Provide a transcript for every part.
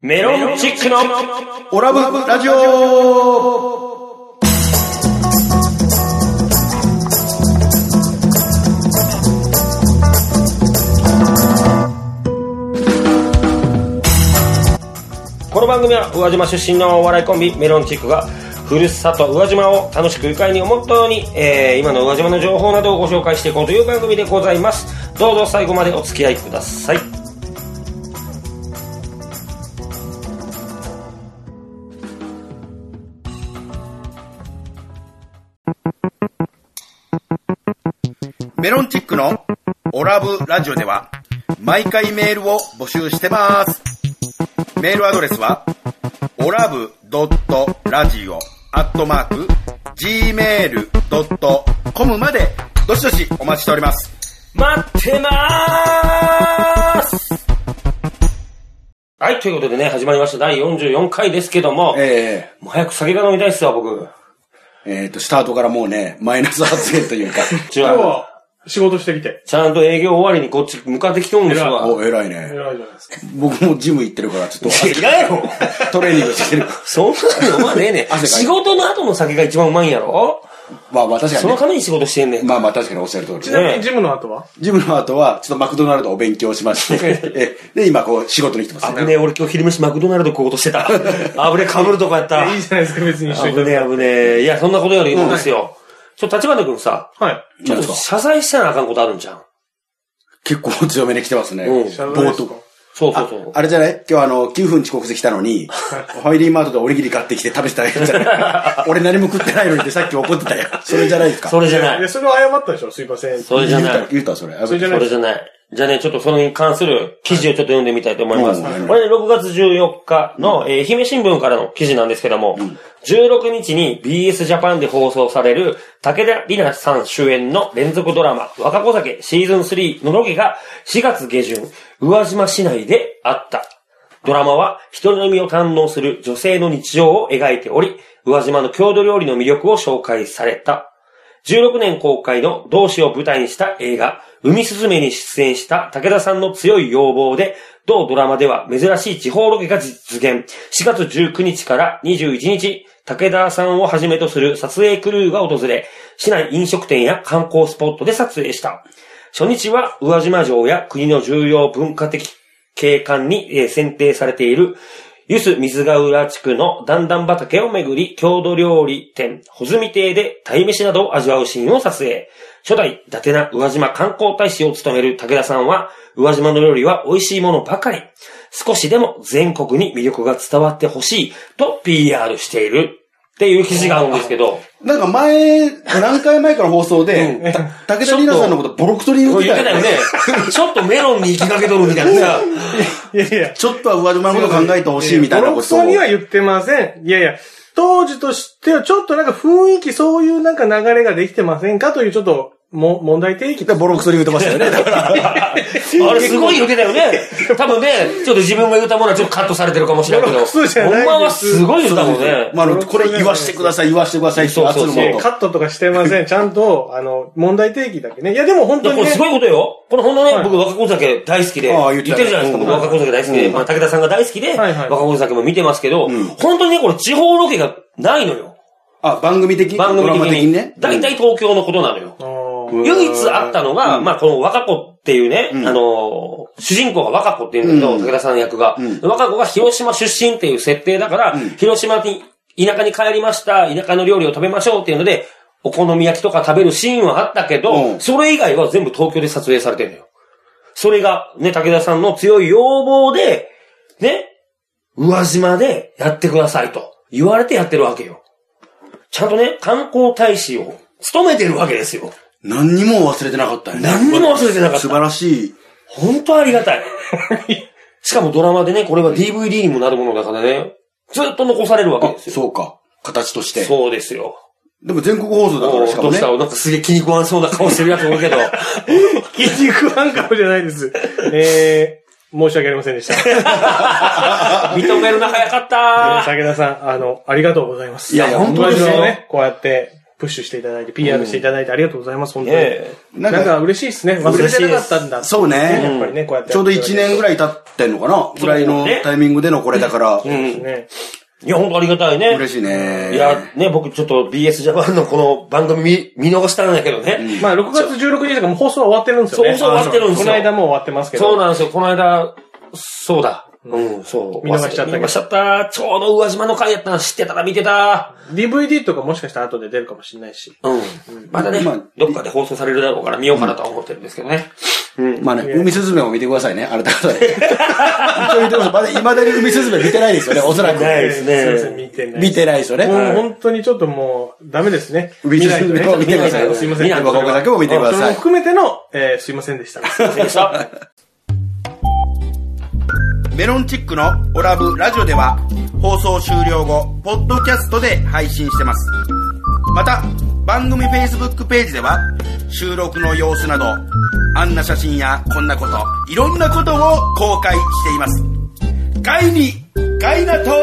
メロンチックのオラブラジオ。 この番組は宇和島出身のお笑いコンビメロンチックがふるさと宇和島を楽しく愉快に思ったように、今の宇和島の情報などをご紹介していこうという番組でございます。どうぞ最後までお付き合いください。 メロンチックのオラブラジオでは毎回メールを募集してます。メールアドレスはオラブドットラジオ@gmail.com までどしどしお待ちしております。 待ってまーす。はい、ということでね、始まりました第44回ですけども、もう早く酒が飲みたいっすわ、僕。 スタートからもうね、マイナス発言というか。 今日は仕事してきて。 ちゃんと営業終わりにこっち向かってきとんですわ。 お、偉いね。 偉いじゃないですか。 僕もジム行ってるからちょっと。 いらんやろ。 トレーニングしてる。 そんなの飲まねえね。仕事の後の酒が一番うまいんやろ。 まあ確かに、ね。 そのために仕事してんねん。 まあ確かにおっしゃる通り。 ちなみにジムの後はジムの後は、ちょっとマクドナルドを勉強しまして、で、今こう仕事に来てます。 危ねえ、俺今日昼飯マクドナルド食おうとしてた。危ねえ、被るとこやった。 いいじゃないですか、別に一緒に。 危ねえ、危ねえ。いや、そんなことよりもですよ。立花君さ。 はい。 ちょっと謝罪したらあかんことあるんじゃん。 結構強めに来てますね。 冒頭。 そうそうそう。 あれじゃない今日9分遅刻してきたのに、ファミリーマートでおにぎり買ってきて食べてたやつじゃない俺何も食ってないのにってさっき怒ってたよ。それじゃないですか。 それじゃない。 いや、それは謝ったでしょ、すいません。 それじゃない。 言ったそれ。 それじゃない。 それじゃない。じゃあね、ちょっとそれに関する記事をちょっと読んでみたいと思います。これね、6月14日の、愛媛新聞からの記事なんですけども、16日に BS ジャパンで放送される武田里奈さん主演の連続ドラマ、若子酒シーズン3のロケが4月下旬、宇和島市内であった。ドラマは一人飲みを堪能する女性の日常を描いており、宇和島の郷土料理の魅力を紹介された。16年公開の同志を舞台にした映画、海すずめに出演した武田さんの強い要望で、同ドラマでは珍しい地方ロケが実現。4月19日から21日、武田さんをはじめとする撮影クルーが訪れ、市内飲食店や観光スポットで撮影した。初日は宇和島城や国の重要文化的景観に選定されている、ゆす水ヶ浦地区の段々畑をめぐり、郷土料理店、ほずみ亭で鯛めしなどを味わうシーンを撮影。初代伊達な宇和島観光大使を務める武田さんは、宇和島の料理は美味しいものばかり。少しでも全国に魅力が伝わってほしいと PR しているっていう記事があるんですけど。 なんか何回前から放送で、武田里奈さんのことボロクソに言ってたよね。 ちょっとメロンに行きかけとるみたいなさ。 いやいや。 ちょっとは宇和島のこと考えてほしいみたいなことを。ボロクソには言ってません。いやいや。当時としてはちょっとなんか雰囲気そういうなんか流れができてませんかというちょっと問題提起。 ボロクソに言ってましたよね。だからあれすごい言ってたよね。多分ね、ちょっと自分が言ったものはちょっとカットされてるかもしれないけど。 そうじゃない。 ほんまはすごい言ったもんね。 まあ、これ言わしてください、 そうカットとかしてません。ちゃんと、問題提起だけね。いやでも本当にね。 これすごいことよ。これ本当ね、僕若子酒大好きで。言ってるじゃないですか。僕若子酒大好きで。武田さんが大好きで、若子酒も見てますけど、本当にね、これ地方ロケがないのよ。 番組的にね。 大体東京のことなのよ。唯一あったのが、まあ、この若子っていうね、主人公が若子っていうんだけど、武田さんの役が。若子が広島出身っていう設定だから、広島に、田舎に帰りました、田舎の料理を食べましょうっていうので、お好み焼きとか食べるシーンはあったけど、それ以外は全部東京で撮影されてるのよ。それが、ね、武田さんの強い要望で、ね、宇和島でやってくださいと言われてやってるわけよ。ちゃんとね、観光大使を務めてるわけですよ。 何にも忘れてなかったよね。 何にも忘れてなかった。 素晴らしい。 本当ありがたい。しかもドラマでね、これは DVD にもなるものだからね、ずっと残されるわけですよ。 そうか。形として。 そうですよ。 でも全国放送だからしかもね。 どうしたなんかすげえ気に食わんそうな顔してるやつおるけど。 気に食わん顔じゃないです。申し訳ありませんでした。 認めるな早かった。 武田さん、ありがとうございます。 いや、本当ですよね。こうやって、 プッシュしていただいて、PR していただいてありがとうございます、本当に。なんか嬉しいですね。忘れてなかったんだ。 そうね。 やっぱりね、こうやって。 ちょうど1年ぐらい経ってんのかなぐらいのタイミングでのこれだから。 そうですね。 いや、本当ありがたいね。 嬉しいね。 いや、ね、僕ちょっと BS ジャパンのこの番組見逃したんだけどね。 まあ、6月16日とかもう放送は終わってるんですよね。 そう、終わってるんですよ。 この間もう終わってますけど。 そうなんですよ。この間、そうだ。そう。 見逃しちゃったけど。 見逃しちゃった。ちょうど宇和島の回やったの知ってたら見てた。 DVD とかもしかしたら後で出るかもしれないし。 まだね、どっかで放送されるだろうから見ようかなとは思ってるんですけどね。 まあね、海すずめも見てくださいね。あなた方で。一応言ってください。まだ未だに海すずめ見てないですよね、おそらく。 ないですね。 すいません、見てない。 見てないですよね。 もう本当にちょっともう、ダメですね。 海すずめを見てください。 すいません。 今ここだけも見てください。 それも含めての、すいませんでした。すいませんでした。 メロンチックのオラブラジオでは放送終了後ポッドキャストで配信してます。また番組 Facebook ページでは収録の様子などあんな写真やこんなこといろんなことを公開しています。ガイにガイナト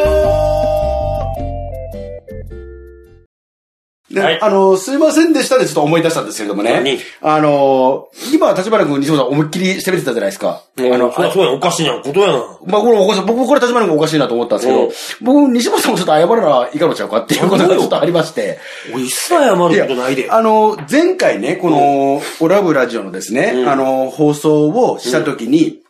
で、はい、すいませんでしたでちょっと思い出したんですけれどもね。今、立花君、西本さん思いっきり攻めてたじゃないですか。 そうやん、おかしいな、ことやな。 まあ、僕これ立花君おかしいなと思ったんですけど、僕、西本さんもちょっと謝るのはいかのちゃうかっていうことがちょっとありまして。 おいっさ謝ることないで。 前回ね、この、オラブラジオのですね、放送をしたときに、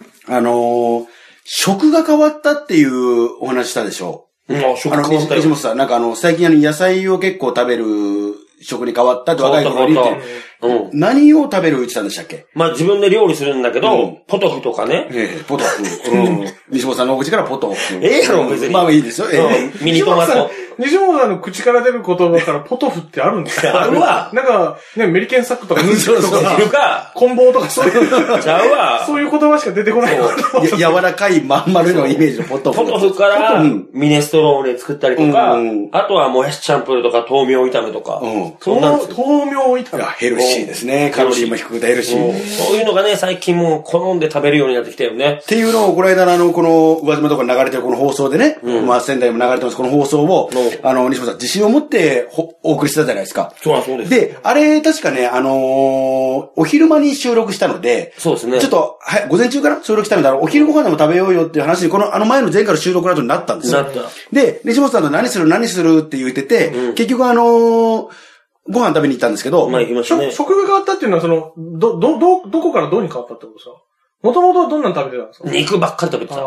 食が変わったっていうお話したでしょ。西本さん、なんか最近野菜を結構食べる食に変わったって若い子が言って、何を食べる言ってたんでしたっけ？ まあ自分で料理するんだけど、ポトフとかね。 ポトフ。西本さんのお口からポトフ。 やろ、別に。 まあいいですよ。 ミニトマト。 西本さんの口から出る言葉からポトフってあるんですか？ あるわ。 なんか、ね、メリケンサックとかヌードルとか、コンボとかそういう、 ちゃうわ。 そういう言葉しか出てこない。 柔らかいまん丸のイメージのポトフ。 ポトフから、ミネストローネ作ったりとか、あとはもやしチャンプルとか豆苗炒めとか。 豆苗炒め。 ヘルシーですね。カロリーも低くてヘルシー。 そういうのがね、最近もう好んで食べるようになってきたよね。 っていうのを、この間この、宇和島とか流れてるこの放送でね、まあ仙台も流れてます、この放送を、西本さん、自信を持ってお送りしてたじゃないですか。 そうです。 で、あれ、確かね、お昼間に収録したので、 そうですね。 ちょっと、午前中から収録したので、お昼ご飯でも食べようよっていう話に、前の前回の収録の後になったんですよ。 なった。 で、西本さんと何するって言ってて、結局ご飯食べに行ったんですけど、 まあ行きましたね。 食が変わったっていうのは、どこからどうに変わったってことですか？もともとどんなの食べてたんですか？ 肉ばっかり食べてた。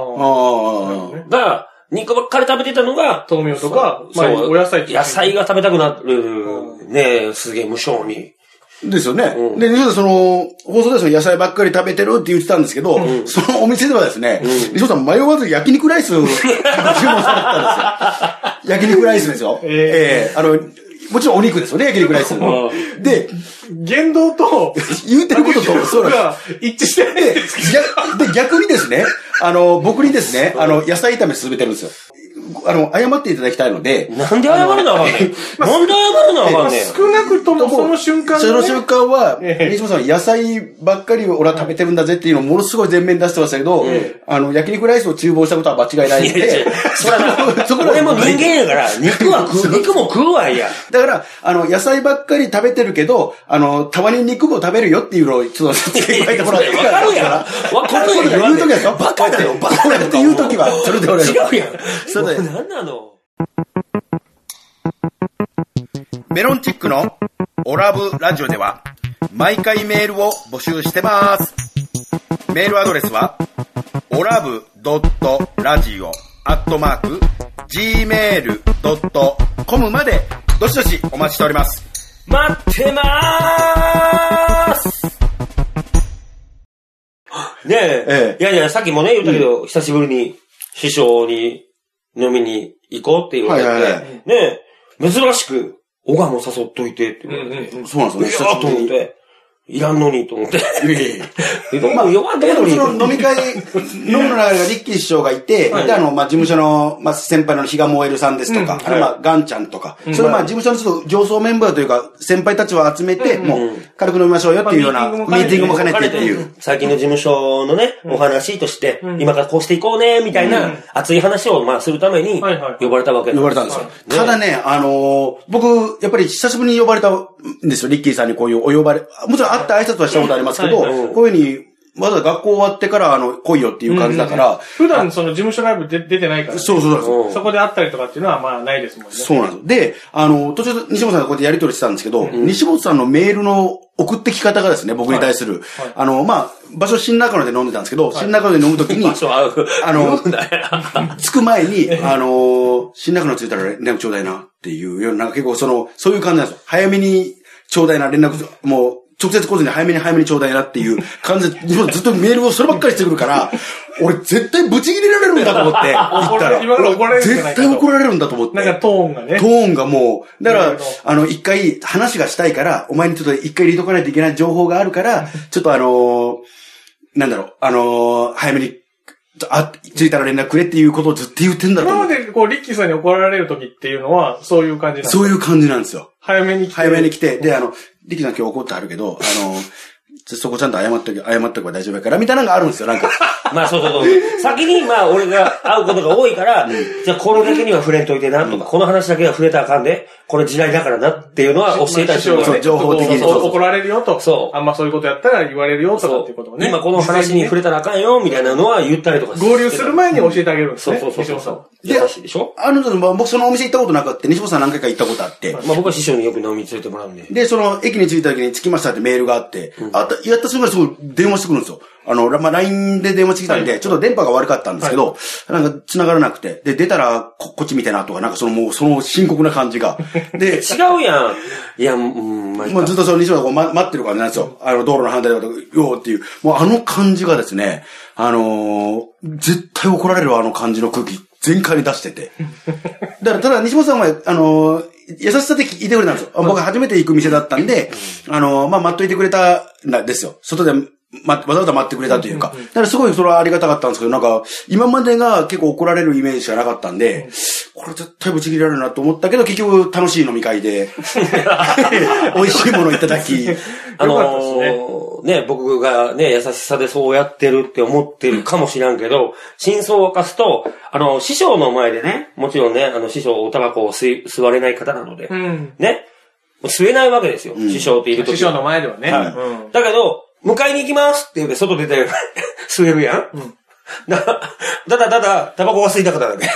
肉ばっかり食べてたのが、 豆苗とか、まあ、お野菜野菜が食べたくなる。ねすげえ無性に。 ですよね。で、西本さん放送で野菜ばっかり食べてるって言ってたんですけど、そのお店ではですね、西本さん迷わず焼肉ライスを注文されてたんですよ。焼肉ライスですよ。もちろんお肉ですよね、焼肉ライス。で、 言動と、 言ってることと、そうが一致してないで、逆にですね、僕にですね、野菜炒め進めてるんですよ。謝っていただきたいので。 なんで謝るのあかんねん。なんで謝るのあかんねん。 少なくともその瞬間は、西本さん野菜ばっかり俺は食べてるんだぜっていうのをものすごい前面に出してましたけど、焼肉ライスを注文したことは間違いないんで。 俺も人間やから、肉も食うわいや。 だから、野菜ばっかり食べてるけど、たまに肉も食べるよっていうのをちょっと書いてもらって。 わかるやん。わかるやん。 言うときはよ。 バカだよ、バカだよ。 って言うときは、それで俺違うやん。何なの？ メロンチックのオラブラジオでは毎回メールを募集してます。メールアドレスはolav.radio@gmail.com までどしどしお待ちしております。 待ってまーす。ねえ。いや、さっきもね言ったけど、久しぶりに師匠に飲みに行こうって言われて、ねえ、珍しく、小川も誘っといてって言われて、 そうなんですよね。 いやーと思って、 いらんのにと思って。 まあ、その飲み会、飲むの中でリッキー師匠がいて、で、まあ、事務所の、まあ、先輩の比嘉萌えるさんですとか、まあ、ガンちゃんとか、それまあ、事務所のちょっと上層メンバーというか、先輩たちを集めて、もう、軽く飲みましょうよっていうような、ミーティングも兼ねてっていう。 最近の事務所のね、お話として、今からこうしていこうね、みたいな、熱い話を、まあ、するために、呼ばれたわけ呼ばれたんですよ。ただね、僕、やっぱり久しぶりに呼ばれたんですよ、リッキーさんにこういうお呼ばれ、もちろん会って挨拶はしたことありますけど、こういうふうに、わざわざ学校終わってから来いよっていう感じだから。 普段その事務所ライブ出てないから、 そう。 そこで会ったりとかっていうのはまあないですもんね。 そうなんです。で、途中西本さんがこうやってやり取りしてたんですけど、西本さんのメールの送ってき方がですね、僕に対する。まあ、場所新中野で飲んでたんですけど、新中野で飲むときに、着く前に、新中野着いたら連絡ちょうだいなっていうような、結構そういう感じなんですよ。早めにちょうだいな連絡、もう、直接来ずに早めにちょうだいなっていう感じで、ずっとメールをそればっかりしてくるから、俺絶対ブチ切れられるんだと思って。 今から怒られるんじゃないかと。 絶対怒られるんだと思って。 なんかトーンがね。 トーンがもう、だから、一回話がしたいから、お前にちょっと一回入れとかないといけない情報があるから、ちょっとなんだろう、早めに、着いたら連絡くれっていうことをずっと言ってんだろう。 今までこう、リッキーさんに怒られる時っていうのは、そういう感じなんですか？ そういう感じなんですよ。 早めに来て、で、リッキーさん今日怒ってあるけど、そこちゃんと謝っておけば大丈夫やから、みたいなのがあるんですよ、なんか。 まあそう。先に、まあ俺が会うことが多いから、じゃあこれだけには触れんといてな、とか、この話だけは触れたらあかんで、これ時代だからなっていうのは教えたりするそう、情報的に。 怒られるよと。 そう。 あんまそういうことやったら言われるよとかっていうことをね。 今この話に触れたらあかんよ、みたいなのは言ったりとか合流する前に教えてあげるんですね。 そう。優しいでしょ？ 僕そのお店行ったことなくて、西本さん何回か行ったことあって。 まあ僕は師匠によく飲み連れてもらうんで。 で、その駅に着いた時に着きましたってメールがあって、やった瞬間すごい電話してくるんですよ。まあ、LINE で電話してきたんで、ちょっと電波が悪かったんですけど、なんか繋がらなくて。で、出たら、こっち見てなとか、なんかその深刻な感じが。で、 違うやん。いや、 まあ、もうずっとその西本が待ってる感じなんですよ。道路の反対側で、よーっていう。もう感じがですね、絶対怒られる感じの空気、全開に出してて。だから、ただ西本さんは、優しさでいてくれたんですよ。僕初めて行く店だったんで、まあ、待っといてくれたんですよ。外で、わざわざ待ってくれたというか。だからすごいそれはありがたかったんですけど、なんか、今までが結構怒られるイメージしかなかったんで、これ絶対ぶち切れられるなと思ったけど、結局楽しい飲み会で、美味しいものいただき。 僕がね、優しさでそうやってるって思ってるかもしらんけど、真相を明かすと、師匠の前でね、もちろんね、師匠おタバコを吸われない方なので、ね、吸えないわけですよ、師匠っているとき。 師匠の前ではね。 だけど、迎えに行きますって言うて外出て吸えるやん。ただ、タバコが吸いたかっただけ。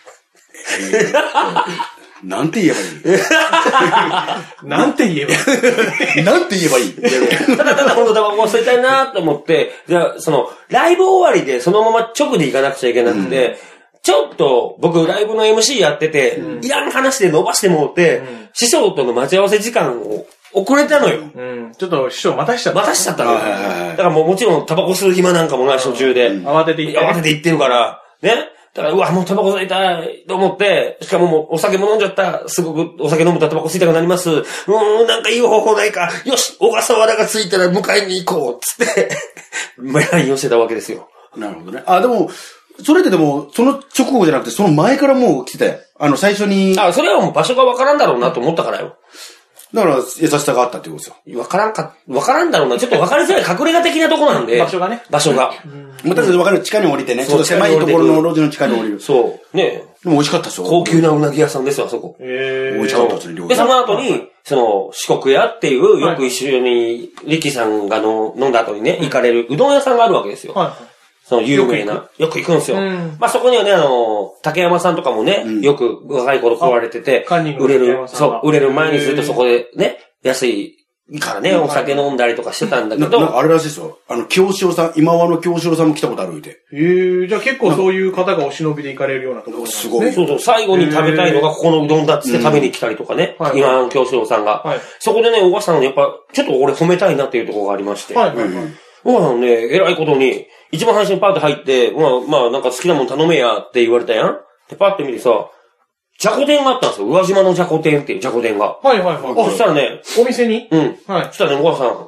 なんて言えばいいなんて言えばいいなんて言えばいいただ本当タバコが吸いたいなと思って、じゃあ、ライブ終わりでそのまま直で行かなくちゃいけなくて、ちょっと僕ライブの MC やってて、いらん話で伸ばしてもうて、師匠との待ち合わせ時間を遅れたのよ。 ちょっと師匠待たしちゃったのよ。だからもちろんタバコ吸う暇なんかもない途中で。 慌てて行ってるから、ね。だから、うわ、もうタバコ吸いたいと思って、しかももうお酒も飲んじゃった。すごくお酒飲むとタバコ吸いたくなります。なんかいい方法ないか。よし、小笠原がついたら迎えに行こう。つって、LINE をしてたわけですよ。 なるほどね。でも、それってでも、その直後じゃなくて、その前からもう来てたよ。最初に。 それはもう場所がわからんだろうなと思ったからよ。 だから、優しさがあったってことですよ。 わからんだろうな。ちょっとわかりづらい隠れ家的なとこなんで。 場所が。 またわかる地下に降りてね。ちょっと狭いところの路地の地下に降りる。 そう。ねでも美味しかったですよ。 高級なうなぎ屋さんですよ、あそこ。 美味しかったですね、料理。 で、その後に、四国屋っていう、よく一緒に、リッキーさんが飲んだ後にね、行かれるうどん屋さんがあるわけですよ。その有名な。よく行くんですよ。まあそこにはね、竹山さんとかもね、よく若い頃来られてて、売れる前にずっとそこでね、安いからね、お酒飲んだりとかしてたんだけど。 あれらしいですよ。京志郎さん、今和の京志郎さんも来たことあるって。 じゃあ結構そういう方がお忍びで行かれるようなところなんですね。すごい。 そう、最後に食べたいのがここのうどんだっつって食べに来たりとかね。今和の京志郎さんが。そこでね、おばさんやっぱ、ちょっと俺褒めたいなっていうところがありまして。おばさんね、偉いことに、一番最初にパーって入って、まあなんか好きなもん頼めやって言われたやん。で、パーって見てさ、じゃこ天があったんですよ。宇和島のじゃこ天っていうじゃこ天が。 そしたらね、 お店にそしたらね、おばさん、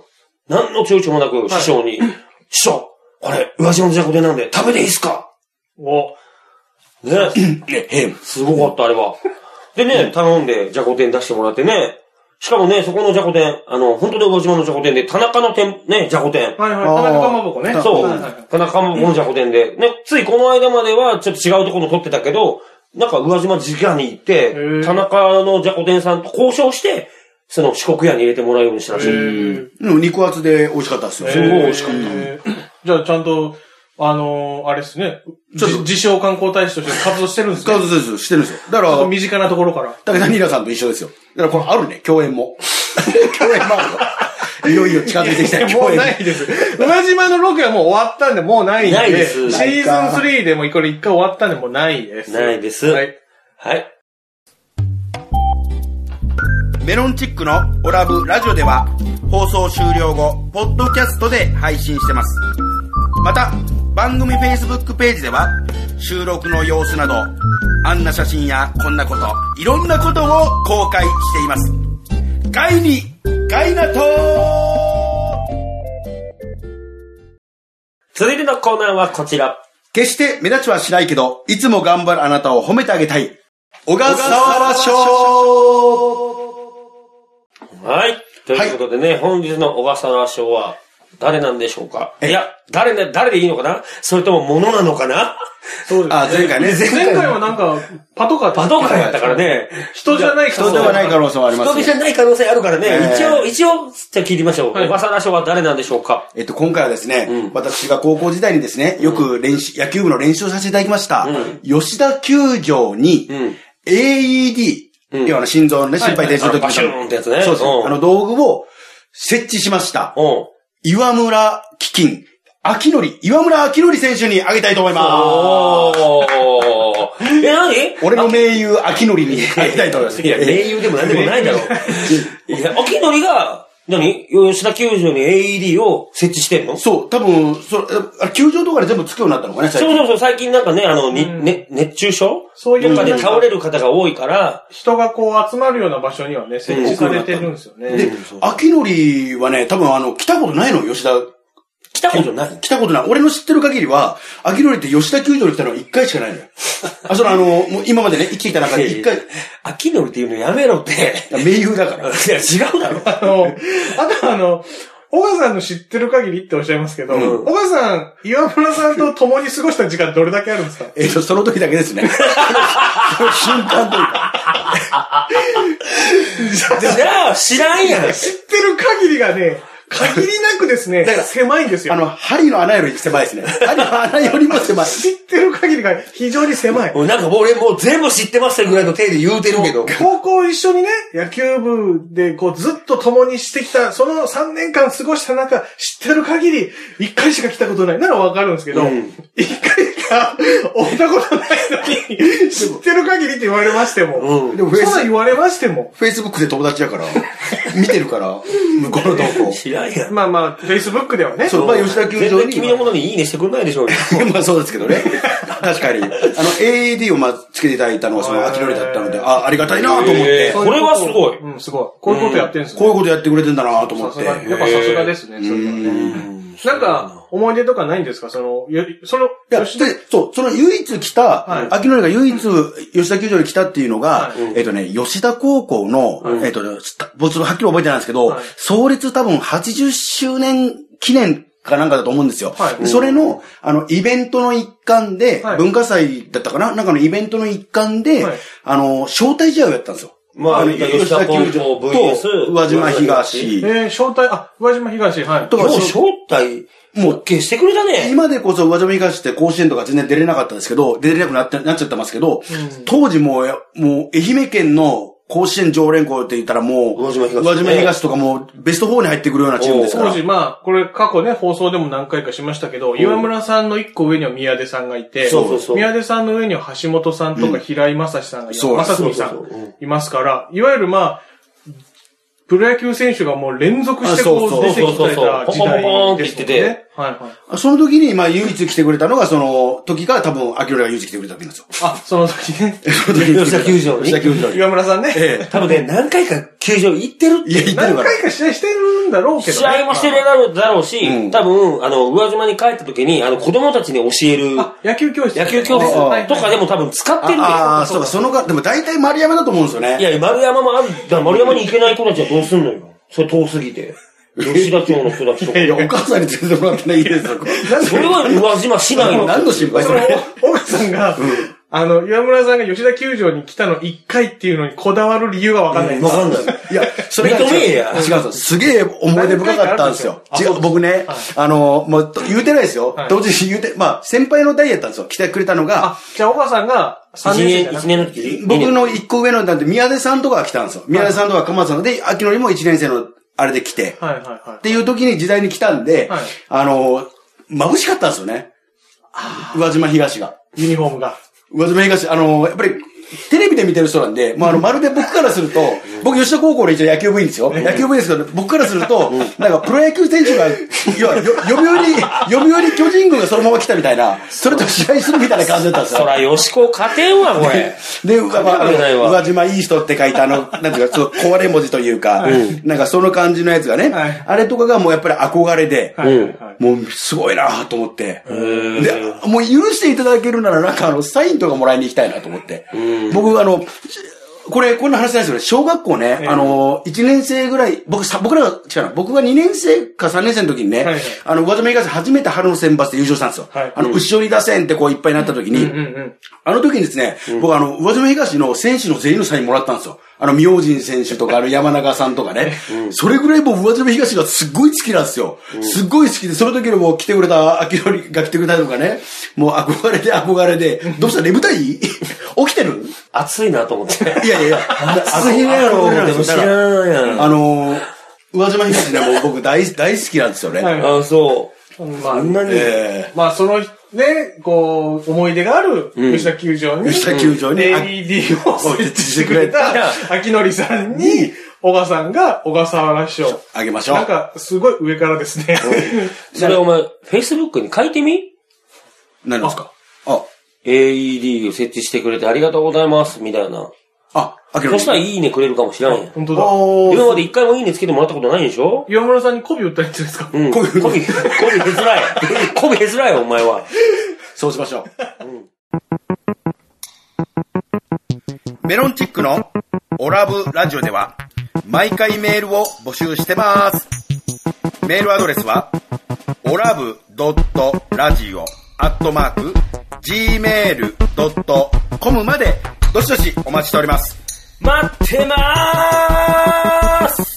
何の躊躇もなく師匠に、師匠、これ、宇和島のじゃこ天なんで食べていいっすか？ね。すごかった、あれは。でね、頼んでじゃこ天出してもらってね。しかもね、そこのじゃこ天、本当に宇和島のじゃこ天で、田中の天、ね、じゃこ天。 はいはい、田中かまぼこね。 そう。田中かまぼこのじゃこ天で。ね、ついこの間まではちょっと違うところ撮ってたけど、なんか宇和島直に行って、田中のじゃこ天さんと交渉して、その四国屋に入れてもらうようにしたらしい。 肉厚で美味しかったですよ。すごい美味しかった。 じゃあちゃんと、あれですね。自称観光大使として活動してるんですか？ 活動してるんですよ。だから、 身近なところから。 武田ニラさんと一緒ですよ。だからこれあるね、共演も。共演もあるの。いよいよ近づいてきたもうないです。宇和島のロケはもう終わったんで、もうないんで。 ないです。 シーズン3でもこれ一回終わったんで、もうないです。 ないです。はい。はい。 メロンチックのオラブラジオでは放送終了後ポッドキャストで配信してます。また番組 Facebook ページでは収録の様子などあんな写真やこんなこといろんなことを公開しています。ガイにガイナトー。 続いてのコーナーはこちら。 決して目立ちはしないけどいつも頑張るあなたを褒めてあげたい小笠原賞。 はい。ということでね、はい、本日の小笠原賞は誰なんでしょうか？いや、誰でいいのかな？それとも物なのかな？ そうですね。 あ、前回ね。 前回はなんか、パトカーやったからね。 人じゃない可能性。 人ではない可能性はありますね。 人じゃない可能性あるからね。一応、じゃあ聞いてみましょう。小笠原賞は誰なんでしょうか？ 今回はですね、私が高校時代にですね、よく野球部の練習をさせていただきました。吉田球場に、AED、要は心臓のね、心肺停止の時バシューンってやつね。 そうです。道具を設置しました。岩村基金、岩村明則選手にあげたいと思います。 何？ 俺の盟友明則にあげたいと思います。 いや、盟友でも何でもないだろう。いや、明則が、吉田球場に AED を設置してんの？ そう、多分、球場とかで全部つくようになったのかね、 最近。そう、最近なんかね、熱中症そういうので倒れる方が多いから、 人がこう集まるような場所にはね、設置されてるんですよね。 で、明則はね、多分来たことないの、吉田。 来たことない。 俺の知ってる限りは、明則って吉田球場に来たのは1回しかないのよ。もう今までね、生きてきた中で1回。 明則っていうのやめろって。 盟友だから。いや、 違うだろ。 あと小川さんの知ってる限りっておっしゃいますけど、小川さん、岩村さんと共に過ごした時間どれだけあるんですか？ その時だけですね。その瞬間というか。 じゃあ、知らんやん。 知ってる限りがね、限りなくですね、狭いんですよ。 針の穴より狭いですね。針の穴よりも狭い。 知ってる限りが非常に狭い。 なんか俺もう全部知ってますぐらいの手で言うてるけど。 高校一緒にね、野球部でこうずっと共にしてきた、その3年間過ごした中、知ってる限り、1回しか来たことないならわかるんですけど、1回しか会ったことないのに、知ってる限りって言われましても、でもそんな言われましても。 Facebook で友達やから、見てるから、向こうの投稿。 まあ、Facebook ではね。 そう、吉田球場に。 君のものにいいねしてくれないでしょうまあそうですけどね。確かに。AED をつけていただいたのはその明則だったので、ありがたいなと思って。 これはすごい。 すごい。こういうことやってるんですね。 こういうことやってくれてんだなと思って。 やっぱさすがですね、それはね。なんか、思い出とかないんですか？その唯一来た、明則が唯一吉田球場に来たっていうのが、吉田高校の、僕はっきり覚えてないんですけど、創立多分80周年記念かなんかだと思うんですよ。それの、イベントの一環で、文化祭だったかななんかのイベントの一環で、招待試合をやったんですよ。 まあ、吉田高校 VS 宇和島東。 宇和島東、はい。 とか、招待、もう、消してくれたね。 今でこそ宇和島東って甲子園とか全然出れなかったですけど、出れなくなっちゃってますけど、当時もう愛媛県の甲子園常連校って言ったらもう、宇和島東とかもベスト4に入ってくるようなチームですから。 当時これ過去ね、放送でも何回かしましたけど、岩村さんの一個上には宮出さんがいて、宮出さんの上には橋本さんとか平井正史さんがいて、正文さんいますから、いわゆるプロ野球選手がもう連続してこう出てきた時代ですね。 はいはい。 その時に、まあ、唯一来てくれたのが、その時が多分、秋野が唯一来てくれた時なんですよ。 あ、その時ね。 その時に。 吉田球場に。 吉田球場に。 岩村さんね。 多分ね、何回か球場行ってるって。 いや、行ってるから。 何回か試合してるんだろうけどね。 試合もしてるだろうし、多分、宇和島に帰った時に、子供たちに教える。 野球教室とかでも多分使ってるんですよ。 ああ、そうか、でも大体丸山だと思うんですよね。 いや、丸山もある。丸山に行けない子たちはどうすんのよ。それ遠すぎて。吉田町の人たちとか。 いや、お母さんに連れてもらってないですよ。 それは宇和島市内の。 何の心配それ。 岡さんが、岩村さんが吉田球場に来たの1回っていうのにこだわる理由がわかんない。 わかんない。 いや、それが認めえや。 違うんです。すげえ思い出深かったんですよ。僕ね、もう言うてないですよ。同時に言うて、まあ、先輩の代やったんですよ。来てくれたのが。 じゃあ岡さんが3年生 1年の時僕の1個上のなんで、宮出さんとかが来たんですよ。宮出さんとか鎌田さんで、秋野にも1年生のあれで来て。 はいはいはい。 っていう時に時代に来たんで、眩しかったんですよね。宇和島東が。 ユニフォームが。 宇和島東、やっぱり、テレビで見てる人なんで、まるで僕からすると、僕吉田高校の一応野球部員ですよ。野球部員ですけど、僕からすると、なんかプロ野球選手が、要は、読売巨人軍がそのまま来たみたいな、それと試合するみたいな感じだったんですよ。 そら、吉子勝てんわ、これ。 で、宇和島いい人って書いたなんていうか、壊れ文字というか、なんかその感じのやつがね、あれとかがもうやっぱり憧れで、もうすごいなと思って、で、もう許していただけるならなんかサインとかもらいに行きたいなと思って、僕こんな話ないですよね。小学校ね、1年生ぐらい、僕が2年生か3年生の時にね、宇和島東初めて春の選抜で優勝したんですよ。後ろに出せんってこういっぱいになった時に、あの時にですね、僕宇和島東の選手の全員のサインもらったんですよ。明神選手とか、山中さんとかね。それぐらいもう宇和島東がすっごい好きなんですよ。すっごい好きで、その時にもう来てくれた、秋典が来てくれたりとかね。もう憧れで、どうした眠たい起きてる暑いなと思って。 いや。 暑いやろ、でも知らんやん。 宇和島東ね、もう僕大好きなんですよね。 あ、そう。 まあ、その、ね、こう、思い出がある吉田球場に、LED を設置してくれた秋典さんに、小川さんが小笠原賞。 あげましょう。 なんか、すごい上からですね。 それお前、Facebook に書いてみ？ 何ですか ？LED を設置してくれてありがとうございます、みたいな。そしたらいいねくれるかもしれないやん。 本当だ。 今まで一回もいいねつけてもらったことないでしょ？ 岩村さんに媚び売ったらいいんじゃないですか？ うん。媚びへづらい。媚びへづらいよ、お前は。 そうしましょう。メロンチックのオラブラジオでは、毎回メールを募集してます。メールアドレスは、olabu.radio@gmail.com まで、どしどしお待ちしております。 待ってまーす。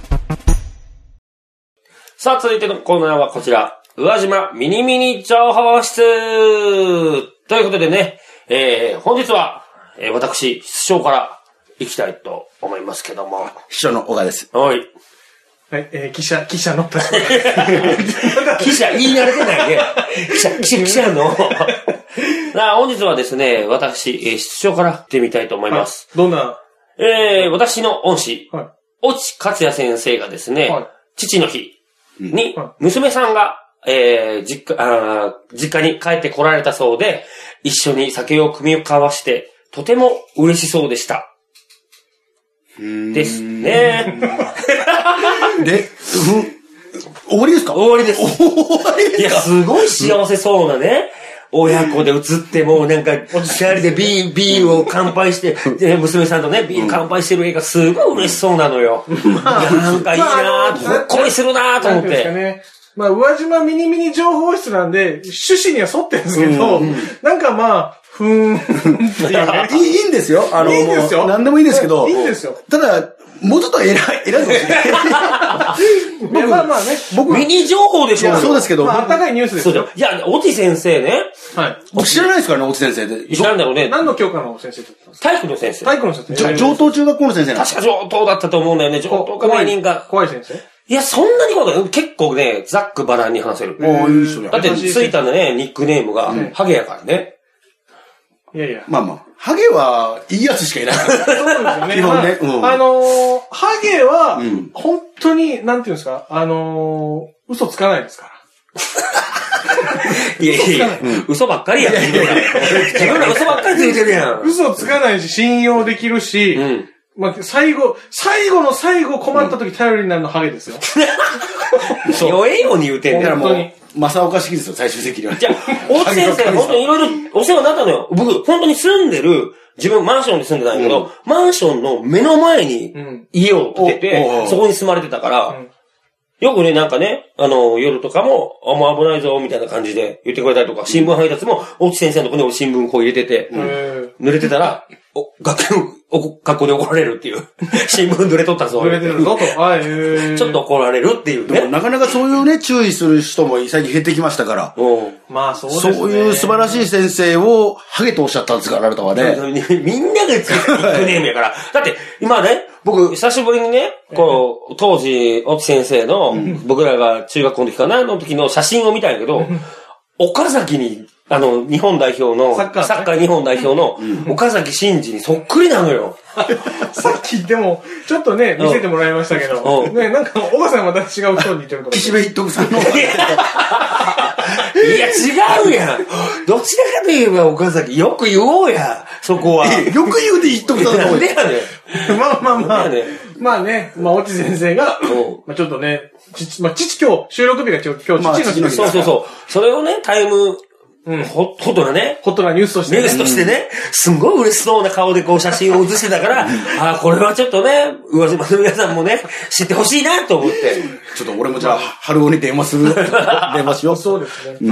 さあ、続いてのコーナーはこちら。宇和島ミニミニ情報室ということでね、本日は、私、室長から行きたいと思いますけども。 秘書の小川です。 はい。 はい、記者の。 記者、言い慣れてないね。記者の。本日はですね、私、室長から行ってみたいと思います。 どんな私の恩師、越智克也先生がですね、父の日に、娘さんが、実家に帰って来られたそうで、一緒に酒を組み交わして、とても嬉しそうでした。ですね。 で、終わりですか？ 終わりです。いや、すごい幸せそうなね。親子で映ってもなんか、二人でビールを乾杯して、娘さんとね、ビール乾杯してる映画すごい嬉しそうなのよ。なんかいいなぁ、ほっこりするなぁと思って。 まあ、宇和島ミニミニ情報室なんで、趣旨には沿ってるんですけど、なんかまあ、っていうね。 いいんですよ。 いいんですよ。 何でもいいですけど。 いいんですよ。 ただ、もうちょっと偉いかもしれない。 まあまあね。 ミニ情報でしょ。 そうですけど。 まあ、暖かいニュースですよ。 いや、越智先生ね。 はい。 僕知らないですからね、越智先生で。 知らんだろうね。 何の教科の先生だったんですか？ 体育の先生。 体育の先生。 上東中学校の先生確か上東だったと思うんだよね。上東か名人か。 怖い先生？ いや、そんなに怖くない。結構ね、ざっくばらんに話せる。だって、ついたね、ニックネームが、ハゲやからね。 いや。 まあ。ハゲはいいやつしかいない。そうですよね。基本ね。ハゲは、本当に、なんていうんですか、嘘つかないですかいやいや、嘘ばっかりやん。自分ら嘘ばっかりついてるやん。 嘘つかないし、信用できるし、まあ、最後の最後困った時頼りになるのハゲですよ。 弱えように言うてんねん。 本当に。正岡式ですよ、最終的には。 じゃあ、大津先生、本当にいろいろお世話になったのよ。僕、本当に住んでる、自分マンションに住んでないけど、マンションの目の前に家を建てて、そこに住まれてたから、よくね、なんかね、夜とかも、もう危ないぞ、みたいな感じで言ってくれたりとか、新聞配達も、大津先生のところに新聞こう入れてて、濡れてたら、学校で怒られるっていう。新聞濡れとったぞ。 濡れてるぞと。 ちょっと怒られるっていうね。 でもなかなかそういうね、注意する人も最近減ってきましたから。 まあそうですね。 そういう素晴らしい先生を、ハゲとおっしゃったんですから、あなたはね。 みんながつくニックネームやから。だって、今ね、僕、久しぶりにね、当時、大津先生の、僕らが中学校の時かな、の時の写真を見たんやけど、岡崎に、日本代表の、サッカー日本代表の、岡崎慎司にそっくりなのよ。 さっきでも、ちょっとね、見せてもらいましたけど、ね、なんか、岡さんはまた違う人に似てるかも。 岸辺一徳さんの。 いや、違うやん。どちらかといえば岡崎、よく言おうや、そこは。 よく言うで一徳さんの方で。 まあね、越智先生が、ちょっとね、父今日、収録日が今日父の日です。 そう。それをね、タイム、ホットなね。 ホットなニュースとしてね。 ニュースとしてね、すんごい嬉しそうな顔でこう写真を写してたから、これはちょっとね、宇和島の皆さんもね、知ってほしいなと思って。 ちょっと俺もじゃあ、春尾に電話する。電話しよう。 そうですね。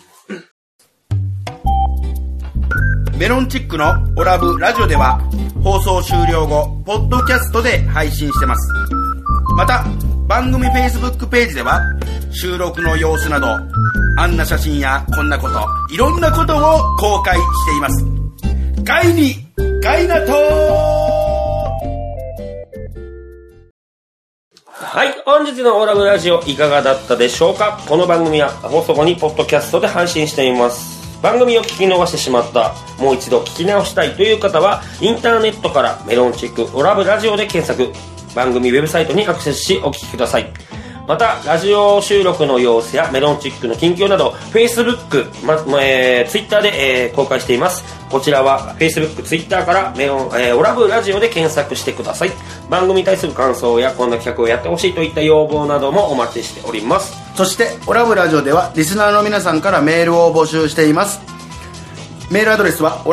メロンチックのオラブラジオでは放送終了後ポッドキャストで配信してます。また番組 Facebook ページでは収録の様子などあんな写真やこんなこといろんなことを公開しています。ガイにガイナトー。 はい、本日のオラブラジオいかがだったでしょうか。この番組は放送後にポッドキャストで配信しています。番組を聞き逃してしまった、もう一度聞き直したいという方はインターネットからメロンチックオラブラジオで検索、番組ウェブサイトにアクセスしお聞きください。またラジオ収録の様子やメロンチックの近況など Facebook、Twitter で、公開しています。こちらは Facebook、Twitter からオラブラジオで検索してください。番組に対する感想やこんな企画をやってほしいといった要望などもお待ちしております。 そしてオラブラジオではリスナーの皆さんからメールを募集しています。メールアドレスは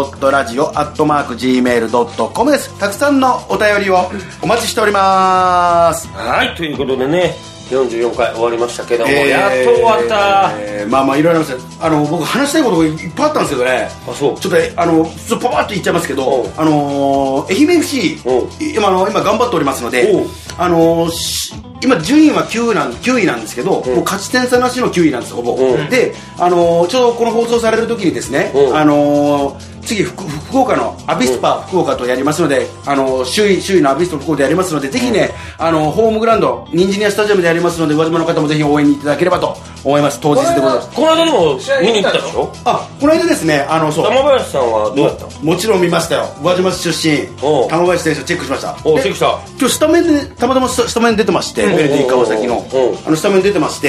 olabu.radio@gmail.com です。たくさんのお便りをお待ちしております。 はい、ということでね、44回終わりましたけども、やっと終わった。 まあいろいろありました。僕話したいことがいっぱいあったんですけどね。 そう。 ちょっとパパッと言っちゃいますけど、愛媛 FC 今頑張っておりますので、今順位は9位なんですけど、もう勝ち点差なしの9位なんですほぼ。で、ちょうどこの放送される時にですね、次福岡のアビスパ福岡とやりますので、首位のアビスパ福岡でやりますので、ぜひね、ホームグラウンドニンジニアスタジアムでやりますので、宇和島の方もぜひ応援にいただければと思います。当日でございます。 この間でも見に行ったでしょ。 この間ですね、そう玉林さんはどうやった？ もちろん見ましたよ。宇和島出身玉林選手チェックしました。 チェックした。 今日スタメンでたまたまスタメン出てまして、ベルディ川崎のスタメン出てまして、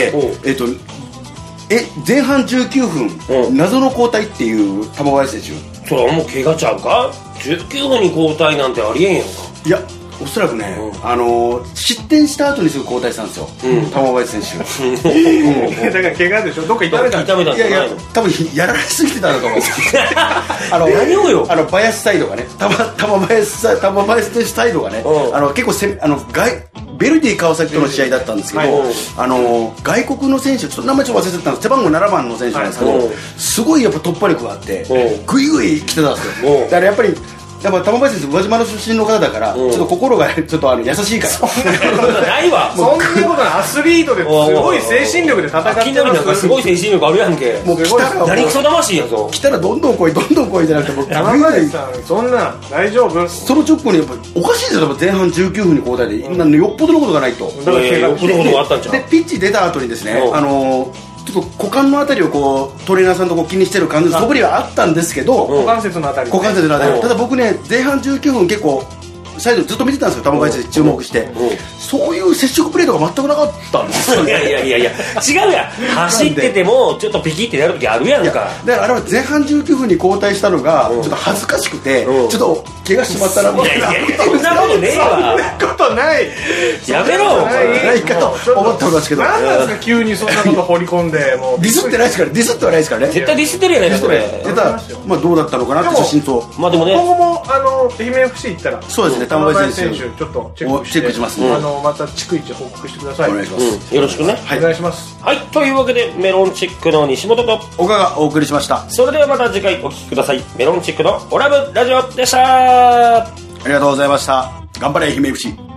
前半19分謎の交代っていう玉林選手。 それはもう怪我ちゃうか。19分に交代なんてありえんやんか。 いや、おそらくね、失点した後にすぐ交代したんですよ、玉林選手。 だから怪我でしょ。どっか痛めたんじゃないの？ いや多分やられすぎてたんだと思うんですけど。 何をよ。 林サイドがね、玉林選手サイドがね、結構ベルディ川崎との試合だったんですけど、外国の選手、ちょっと名前忘れてたんです。背番号7番の選手なんですけど、すごいやっぱ突破力があって、グイグイ来てたんですよ。だからやっぱり玉林選手、宇和島の出身の方だから、ちょっと心がちょっと優しいから。 そんなことないわ。 そんなことない。アスリートですごい精神力で戦ってます。 なんかすごい精神力あるやんけ。 もう来たら何クソ魂やぞ。 来たらどんどん来いじゃなくて、もう玉林さんそんな大丈夫。 その直後にやっぱおかしいですよ。前半19分に交代で、よっぽどのことがないと。 だからよっぽどのことがあったんちゃう。 でピッチ出た後にですね、ちょっと股間のあたりをトレーナーさんと気にしてる感じの素振りはあったんですけど、 股関節のあたり、 ただ僕ね、前半19分結構サイドずっと見てたんですよ、玉林で注目して。そういう接触プレーとか全くなかったんですよね。 いや、違うやん。走ってても、ちょっとピキってやるときあるやんか。 だからあれは前半19分に交代したのが、ちょっと恥ずかしくて、ちょっと怪我しまったらもう。 いや、そんなことねえわ。 そんなことない。 やめろ、 ないかと思っておりますけど。 なんなんですか、急にそんなこと放り込んで、もう。 ディスってないですから、ディスってはないですからね。 絶対ディスってるやないか、それ。 ただ、まあどうだったのかなって初心と。 まあでもね。 今後も、愛媛 FC 行ったら、 そうですね、玉林選手。 ちょっとチェックしますね。 また逐一報告してください。 お願いします。 よろしくね。 お願いします。 はい、というわけで、メロンチックの西本と、 岡がお送りしました。 それではまた次回お聞きください。メロンチックのオラブラジオでした。 ありがとうございました。頑張れ、愛媛 FC。